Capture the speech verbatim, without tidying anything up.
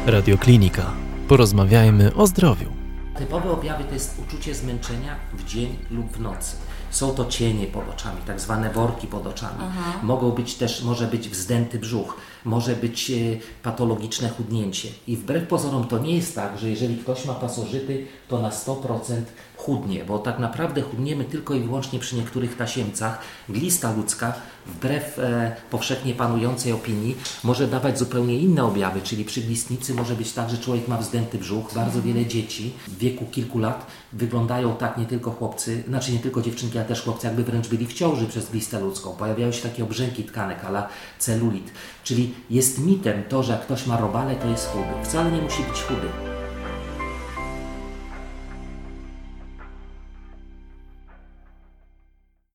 Radioklinika. Porozmawiajmy o zdrowiu. Typowe objawy to jest uczucie zmęczenia w dzień lub w nocy. Są to cienie pod oczami, tak zwane worki pod oczami. Aha. Mogą być też, może być wzdęty brzuch, może być e, patologiczne chudnięcie. I wbrew pozorom to nie jest tak, że jeżeli ktoś ma pasożyty, to na sto procent chudnie, bo tak naprawdę chudniemy tylko i wyłącznie przy niektórych tasiemcach. Glista ludzka, wbrew e, powszechnie panującej opinii, może dawać zupełnie inne objawy, czyli przy glistnicy może być tak, że człowiek ma wzdęty brzuch. Bardzo wiele dzieci w wieku kilku lat wyglądają tak, nie tylko chłopcy, znaczy nie tylko dziewczynki, ale też chłopcy, jakby wręcz byli w ciąży przez glistę ludzką. Pojawiają się takie obrzęki tkanek, a la celulit. Czyli jest mitem to, że jak ktoś ma robale, to jest chudy. Wcale nie musi być chudy.